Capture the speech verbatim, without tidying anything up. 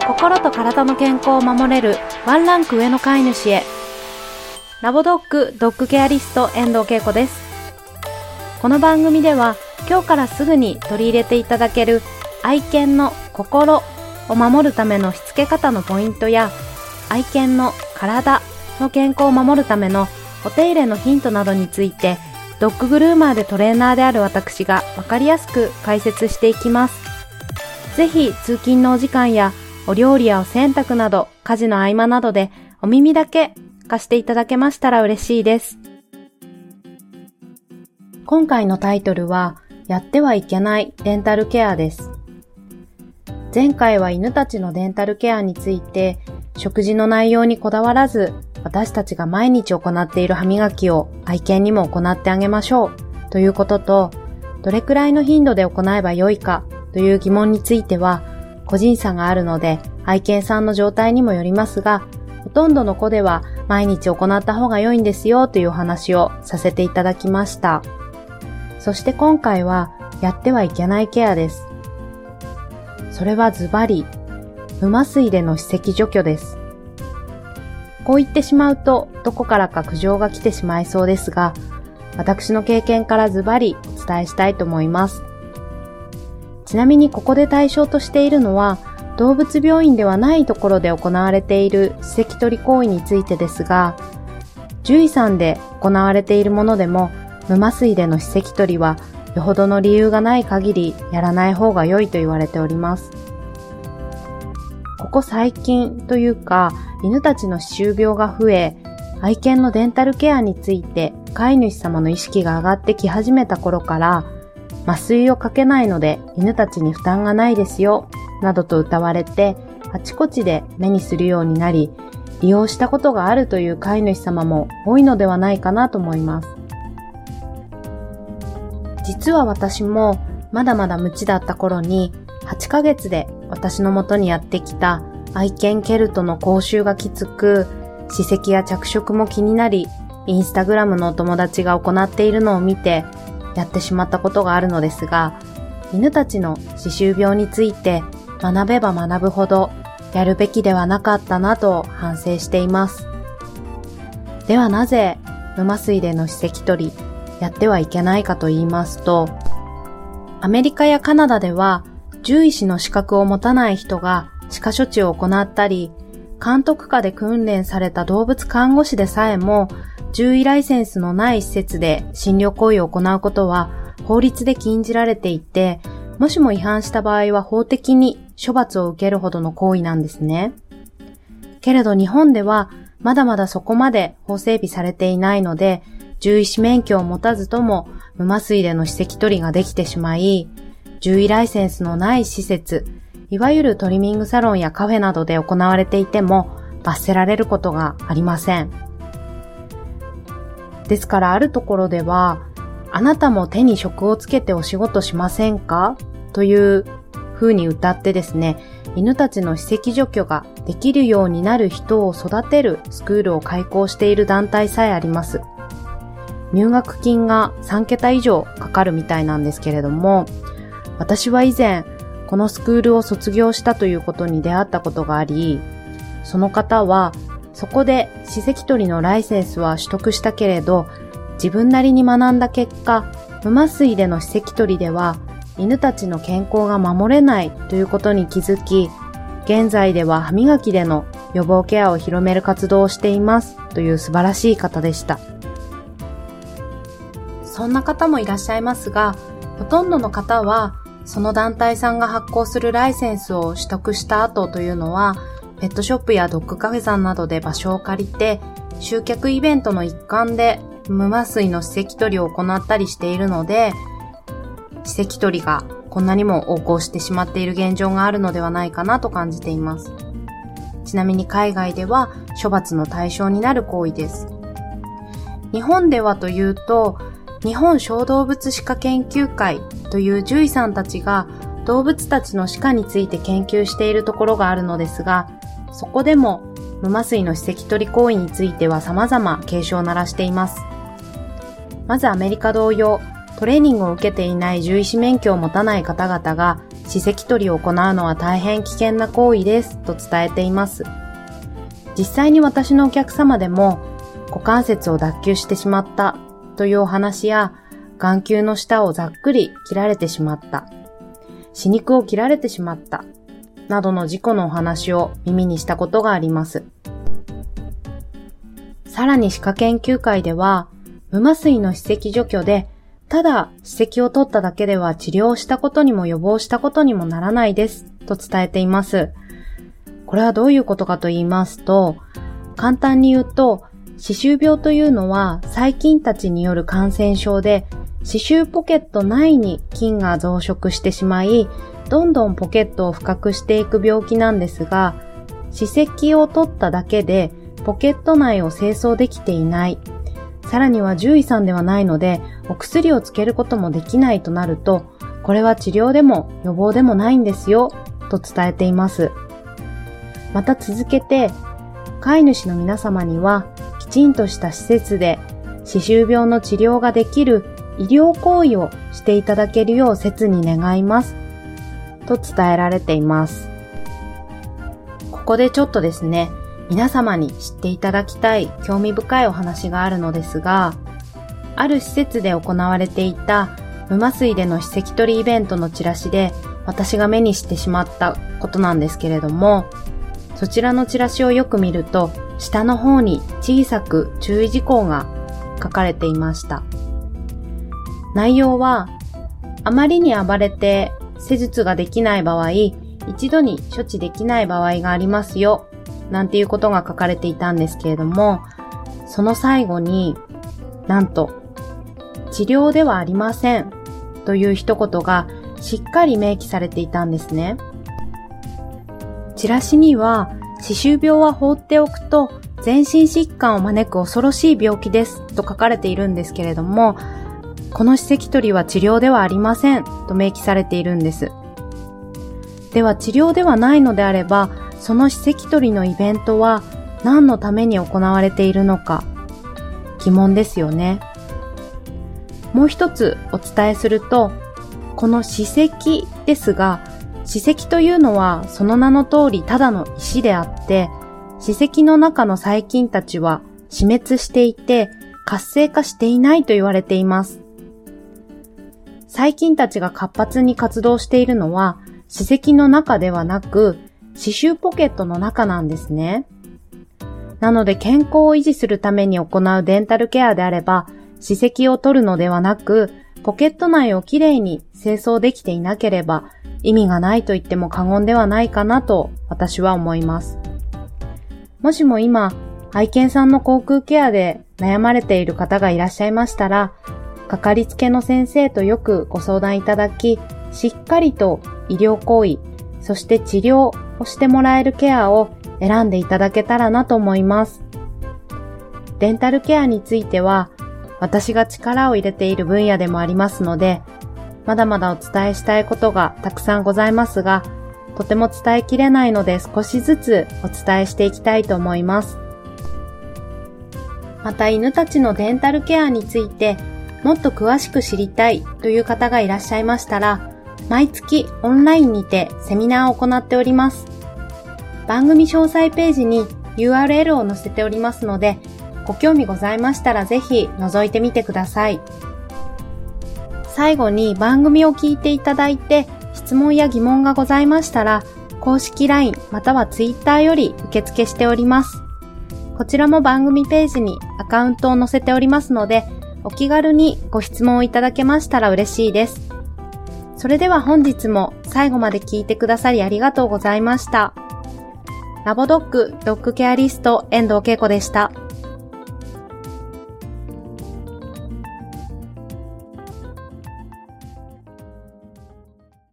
心と体の健康を守れるワンランク上の飼い主へ。ラボドッグドッグケアリスト遠藤恵子です。この番組では今日からすぐに取り入れていただける愛犬の心を守るためのしつけ方のポイントや、愛犬の体の健康を守るためのお手入れのヒントなどについて、ドッググルーマーでトレーナーである私がわかりやすく解説していきます。ぜひ通勤のお時間やお料理やお洗濯など家事の合間などでお耳だけ貸していただけましたら嬉しいです。今回のタイトルはやってはいけないデンタルケアです。前回は犬たちのデンタルケアについて、食事の内容にこだわらず、私たちが毎日行っている歯磨きを愛犬にも行ってあげましょうということと、どれくらいの頻度で行えばよいかという疑問については個人差があるので、愛犬さんの状態にもよりますが、ほとんどの子では毎日行った方が良いんですよというお話をさせていただきました。そして今回はやってはいけないケアです。それはズバリ、無麻酔での歯石除去です。こう言ってしまうとどこからか苦情が来てしまいそうですが、私の経験からズバリお伝えしたいと思います。ちなみにここで対象としているのは、動物病院ではないところで行われている歯石取り行為についてですが、獣医さんで行われているものでも、無麻酔での歯石取りはよほどの理由がない限りやらない方が良いと言われております。ここ最近というか、犬たちの歯周病が増え、愛犬のデンタルケアについて飼い主様の意識が上がってき始めた頃から、麻酔をかけないので犬たちに負担がないですよ、などと謳われて、あちこちで目にするようになり、利用したことがあるという飼い主様も多いのではないかなと思います。実は私もまだまだ無知だった頃に、はちかげつで私の元にやってきた愛犬ケルトの口臭がきつく、歯石や着色も気になり、インスタグラムのお友達が行っているのを見てやってしまったことがあるのですが、犬たちの歯周病について学べば学ぶほどやるべきではなかったなと反省しています。ではなぜ無麻酔での歯石取りやってはいけないかと言いますと、アメリカやカナダでは獣医師の資格を持たない人が歯科処置を行ったり、監督下で訓練された動物看護師でさえも獣医ライセンスのない施設で診療行為を行うことは法律で禁じられていて、もしも違反した場合は法的に処罰を受けるほどの行為なんですね。けれど日本ではまだまだそこまで法整備されていないので、獣医師免許を持たずとも無麻酔での歯石取りができてしまい、獣医ライセンスのない施設、いわゆるトリミングサロンやカフェなどで行われていても罰せられることがありません。ですからあるところでは、あなたも手に職をつけてお仕事しませんかという風に歌ってですね、犬たちの歯石除去ができるようになる人を育てるスクールを開講している団体さえあります。入学金がさんけた以上かかるみたいなんですけれども、私は以前このスクールを卒業したということに出会ったことがあり、その方はそこで歯石取りのライセンスは取得したけれど、自分なりに学んだ結果、無麻酔での歯石取りでは犬たちの健康が守れないということに気づき、現在では歯磨きでの予防ケアを広める活動をしていますという素晴らしい方でした。そんな方もいらっしゃいますが、ほとんどの方はその団体さんが発行するライセンスを取得した後というのは、ペットショップやドッグカフェさんなどで場所を借りて、集客イベントの一環で無麻酔の歯石取りを行ったりしているので、歯石取りがこんなにも横行してしまっている現状があるのではないかなと感じています。ちなみに海外では処罰の対象になる行為です。日本ではというと、日本小動物歯科研究会という獣医さんたちが動物たちの歯科について研究しているところがあるのですが、そこでも無麻酔の歯石取り行為については様々警鐘を鳴らしています。まずアメリカ同様、トレーニングを受けていない獣医師免許を持たない方々が歯石取りを行うのは大変危険な行為ですと伝えています。実際に私のお客様でも股関節を脱臼してしまったというお話や、眼球の下をざっくり切られてしまった、歯肉を切られてしまったなどの事故のお話を耳にしたことがあります。さらに歯科研究会では、無麻酔の歯石除去でただ歯石を取っただけでは治療したことにも予防したことにもならないですと伝えています。これはどういうことかと言いますと、簡単に言うと、歯周病というのは細菌たちによる感染症で、歯周ポケット内に菌が増殖してしまい、どんどんポケットを深くしていく病気なんですが、歯石を取っただけでポケット内を清掃できていない、さらには獣医さんではないのでお薬をつけることもできないとなると、これは治療でも予防でもないんですよと伝えています。また続けて、飼い主の皆様にはきちんとした施設で歯周病の治療ができる医療行為をしていただけるよう切に願いますと伝えられています。ここでちょっとですね、皆様に知っていただきたい興味深いお話があるのですが、ある施設で行われていた無麻酔での歯石取りイベントのチラシで私が目にしてしまったことなんですけれども、そちらのチラシをよく見ると下の方に小さく注意事項が書かれていました。内容は、あまりに暴れて施術ができない場合、一度に処置できない場合がありますよ、なんていうことが書かれていたんですけれども、その最後に、なんと、治療ではありませんという一言がしっかり明記されていたんですね。チラシには、歯周病は放っておくと全身疾患を招く恐ろしい病気ですと書かれているんですけれども、この歯石取りは治療ではありませんと明記されているんです。では治療ではないのであれば、その歯石取りのイベントは何のために行われているのか、疑問ですよね。もう一つお伝えすると、この歯石ですが、歯石というのはその名の通りただの石であって、歯石の中の細菌たちは死滅していて活性化していないと言われています。細菌たちが活発に活動しているのは歯石の中ではなく歯周ポケットの中なんですね。なので健康を維持するために行うデンタルケアであれば、歯石を取るのではなく、ポケット内をきれいに清掃できていなければ意味がないと言っても過言ではないかなと私は思います。もしも今、愛犬さんの口腔ケアで悩まれている方がいらっしゃいましたら、かかりつけの先生とよくご相談いただき、しっかりと医療行為、そして治療をしてもらえるケアを選んでいただけたらなと思います。デンタルケアについては、私が力を入れている分野でもありますので、まだまだお伝えしたいことがたくさんございますが、とても伝えきれないので少しずつお伝えしていきたいと思います。また犬たちのデンタルケアについてもっと詳しく知りたいという方がいらっしゃいましたら、毎月オンラインにてセミナーを行っております。番組詳細ページに ユーアールエル を載せておりますので、ご興味ございましたらぜひ覗いてみてください。最後に番組を聞いていただいて質問や疑問がございましたら、公式 ライン または ツイッター より受付しております。こちらも番組ページにアカウントを載せておりますので、お気軽にご質問をいただけましたら嬉しいです。それでは本日も最後まで聞いてくださりありがとうございました。ラボドッグドッグケアリスト遠藤恵子でした。